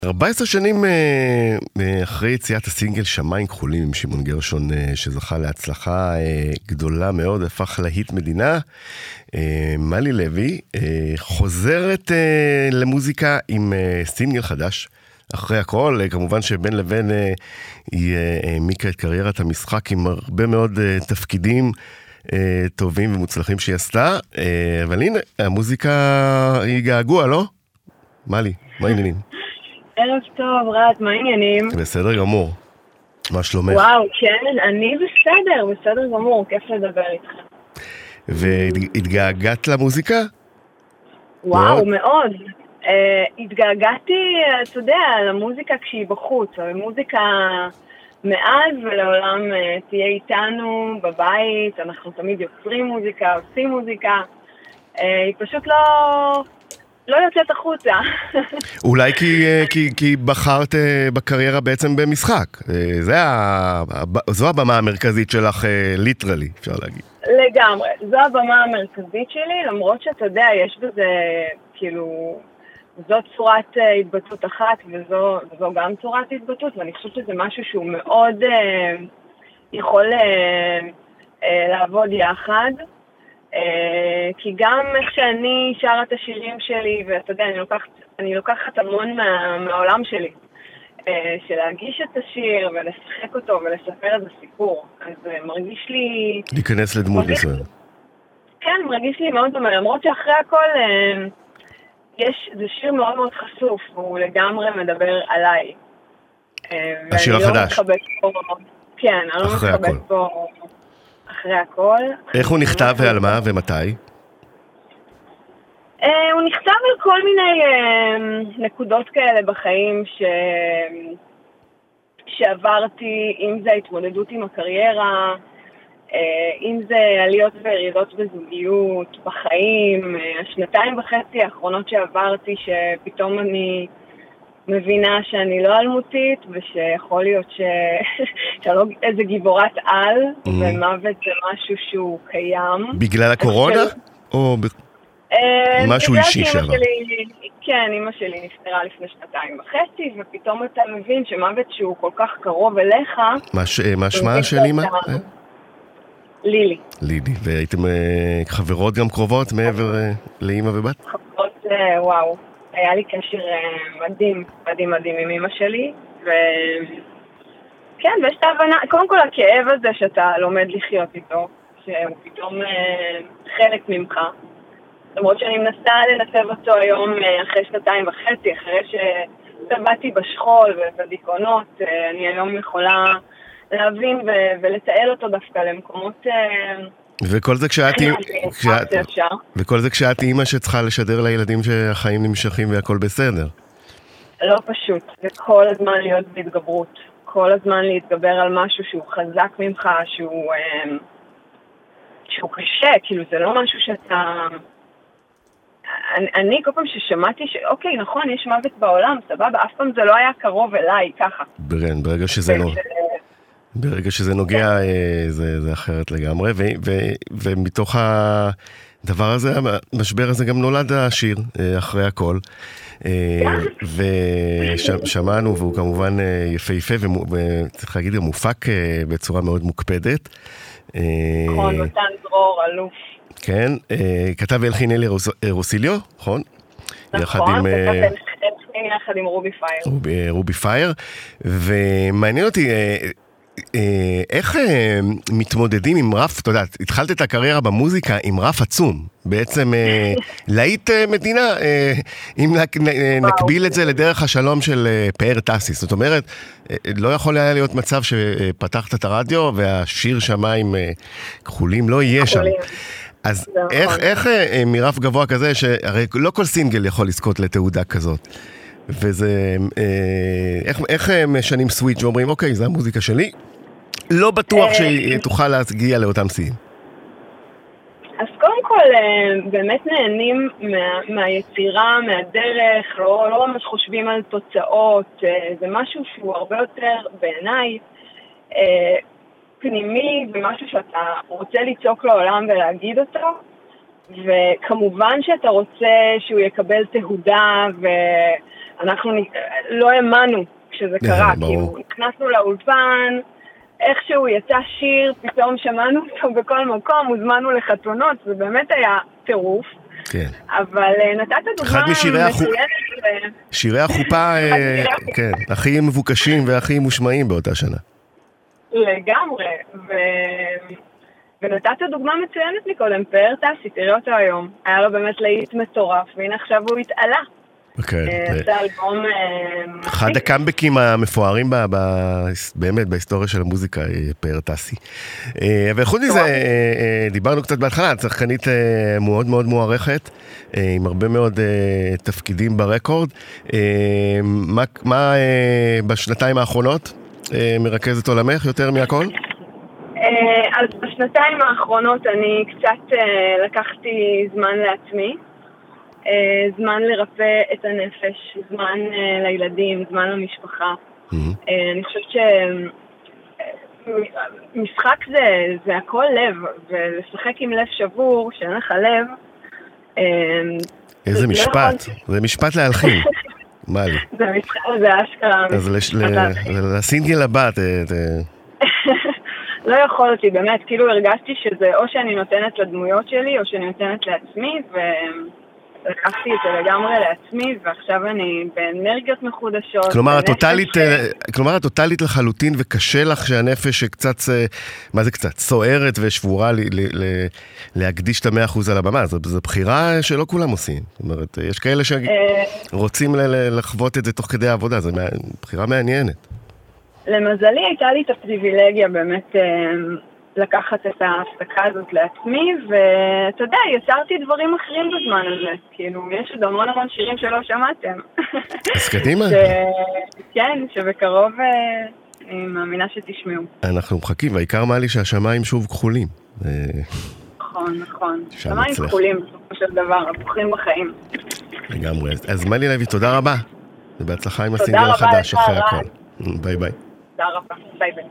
14 שנים אחרי יציאת הסינגל שמיים כחולים עם שמעון גרשון, שזכה להצלחה גדולה מאוד, הפך להיט מדינה, מלי לוי חוזרת למוזיקה עם סינגל חדש. אחרי הכל, כמובן שבין לבין היא העמיקה את קריירת המשחק עם הרבה מאוד תפקידים טובים ומוצלחים שהיא עשתה, אבל הנה, המוזיקה היא געגוע, לא? מלי, מה העניינים? ערב טוב, רז, מה העניינים? בסדר גמור. מה שלומך? וואו, כן, אני בסדר גמור, כיף לדבר איתך. והתגעגעת למוזיקה? וואו, מאוד. התגעגעתי, אתה יודע, למוזיקה כשהיא בחוץ, אבל מוזיקה מאז ולעולם תהיה איתנו בבית, אנחנו תמיד יוצרים מוזיקה, עושים מוזיקה, היא פשוט לא יוצאת החוצה. אולי כי בחרת בקריירה בעצם במשחק. זו הבמה המרכזית שלך, ליטרלי, אפשר להגיד. לגמרי. זו הבמה המרכזית שלי, למרות שאתה יודע, יש בזה, כאילו, זו צורת התבטאות אחת, וזו גם צורת התבטאות, ואני חושבת שזה משהו שהוא מאוד יכול לעבוד יחד. כי גם איך שאני שרה את השירים שלי, ואתה יודע, אני לוקחת המון מהעולם שלי, של להגיש את השיר ולשחק אותו ולספר את הסיפור. אז מרגיש לי... להיכנס לדמות מסוים. כן, מרגיש לי מאוד דומה, למרות שאחרי הכל זה שיר מאוד מאוד חשוף, והוא לגמרי מדבר עליי. השיר החדש. כן, אני לא מתחבאת בו אחרי הכל. איך הוא נכתב ועל מה ומתי? הוא נכתב על כל מיני נקודות כאלה בחיים שעברתי, אם זה ההתמודדות עם הקריירה, אם זה עליות וירידות בזוגיות, בחיים, 2.5 האחרונות שעברתי, שפתאום אני מבינה שאני לא אלמותית, ושיכול להיות שאני לא איזה גיבורת על, ומוות זה משהו שהוא קיים. בגלל הקורונה? או משהו אישי שעבר? כן, אמא שלי נפטרה לפני 2.5, ופתאום אתה מבין שמוות שהוא כל כך קרוב אליך... מה שמה של אמא? לילי. לילי, והייתם חברות גם קרובות מעבר לאמא ובת? חברות, וואו. היה לי קשר מדהים עם אמא שלי, כן, ויש את ההבנה, קודם כל הכאב הזה שאתה לומד לחיות איתו, שהוא פתאום חלק ממך, למרות שאני מנסה לנצב אותו היום אחרי 2.5, אחרי שבאתי בשכול ובדיכאונות, אני היום יכולה להבין ולתעל אותו דווקא למקומות... וכל זה כשאת אימא שצריכה לשדר לילדים שהחיים נמשכים והכל בסדר. לא פשוט, זה כל הזמן להיות בהתגברות, כל הזמן להתגבר על משהו שהוא חזק ממך, שהוא קשה, כאילו זה לא משהו שאתה... אני כל פעם ששמעתי אוקיי, נכון, יש מוות בעולם, סבבה, אף פעם זה לא היה קרוב אליי, ככה. ברגע שזה נוגע, זה אחרת לגמרי, ומתוך הדבר הזה, המשבר הזה גם נולד השיר, אחרי הכל, ושמענו, והוא כמובן יפהפה, וצריך להגיד, גם מופק בצורה מאוד מוקפדת. נכון, מתן דרור, אלוף. כן, כתב אלחין אלי רוסיליו, נכון? נכון, יחד עם רובי פייר. רובי פייר, ומעניין אותי... איך מתמודדים עם רף, אתה יודע, התחלת את הקריירה במוזיקה עם רף עצום, בעצם להיט מדינה, אם נקביל את זה לדרך השלום של פאר טאסיס, זאת אומרת, לא יכול היה להיות מצב שפתחת את הרדיו והשיר שמיים כחולים לא יהיה שם. אז איך מרף גבוה כזה, שהרי לא כל סינגל יכול לזכות לתעודה כזאת, וזה, איך משנים סוויץ' ואומרים, אוקיי, זה המוזיקה שלי, לא בטוח שהיא תוכל להגיע לאותם שיאים. אז קודם כל, באמת נהנים מהיצירה, מהדרך, לא ממש חושבים על תוצאות, זה משהו שהוא הרבה יותר בעיניי פנימי, ומשהו שאתה רוצה לצעוק לעולם ולהגיד אותו, וכמובן שאתה רוצה שהוא יקבל תהודה אנחנו לא האמנו כשזה קרה, כאילו, נכנסנו לאולפן, איכשהו יצא שיר, פתאום שמענו אותו בכל מקום, הוזמנו לחתונות, זה באמת היה טירוף. כן. אבל נתת דוגמה מצוינת. שירי החופה, כן, הכי מבוקשים והכי מושמעים באותה שנה. לגמרי, ונתת דוגמה מצוינת מקודם, פאר טסי, תראה אותו היום. היה לו באמת להיט מטורף, והנה עכשיו הוא התעלה. זה אלבום... אחד הקאמבקים המפוארים באמת בהיסטוריה של המוזיקה, פאר טסי. וחוץ מזה, דיברנו קצת בהתחלה, צרכנית מאוד מאוד מוערכת, עם הרבה מאוד תפקידים ברקורד. מה בשנתיים האחרונות מרכזת עולמך יותר מהכל? אז בשנתיים האחרונות אני קצת לקחתי זמן לעצמי, זמן לרפא את הנפש, זמן לילדים, זמן למשפחה. אני חושבת שמשחק זה הכל לב, ולשחק עם לב שבור, שאין לך לב. איזה משפט, זה משפט להלחין. מה לי? זה אשכרה. אז לסינגל לבת... לא יכולתי, באמת, כאילו הרגשתי שזה או שאני נותנת לדמויות שלי, או שאני נותנת לעצמי, ולקחתי את זה לגמרי לעצמי, ועכשיו אני באנרגיות מחודשות. כלומר, הטוטלית לחלוטין, וקשה לך שהנפש קצת, מה זה קצת? סוערת ושבורה להקדיש את 100% על הבמה. זו בחירה שלא כולם עושים. זאת אומרת, יש כאלה שרוצים לחוות את זה תוך כדי העבודה, זו בחירה מעניינת. למזלי הייתה לי את הפריבילגיה באמת לקחת את ההפסקה הזאת לעצמי, ואתה יודע, יצרתי דברים אחרים בזמן הזה. כאילו, יש עוד המון שירים שלא שמעתם. אז קדימה. כן, שבקרוב אני מאמינה שתשמעו. אנחנו מחכים, והעיקר מה לי שהשמיים שוב כחולים. נכון. שמיים כחולים, בסופו של דבר, הפוכים בחיים. לגמרי. אז מלי לוי, תודה רבה. ובהצלחה עם הסינגל החדש אחרי הכל. ביי ביי. תודה רבה. ביי ביי.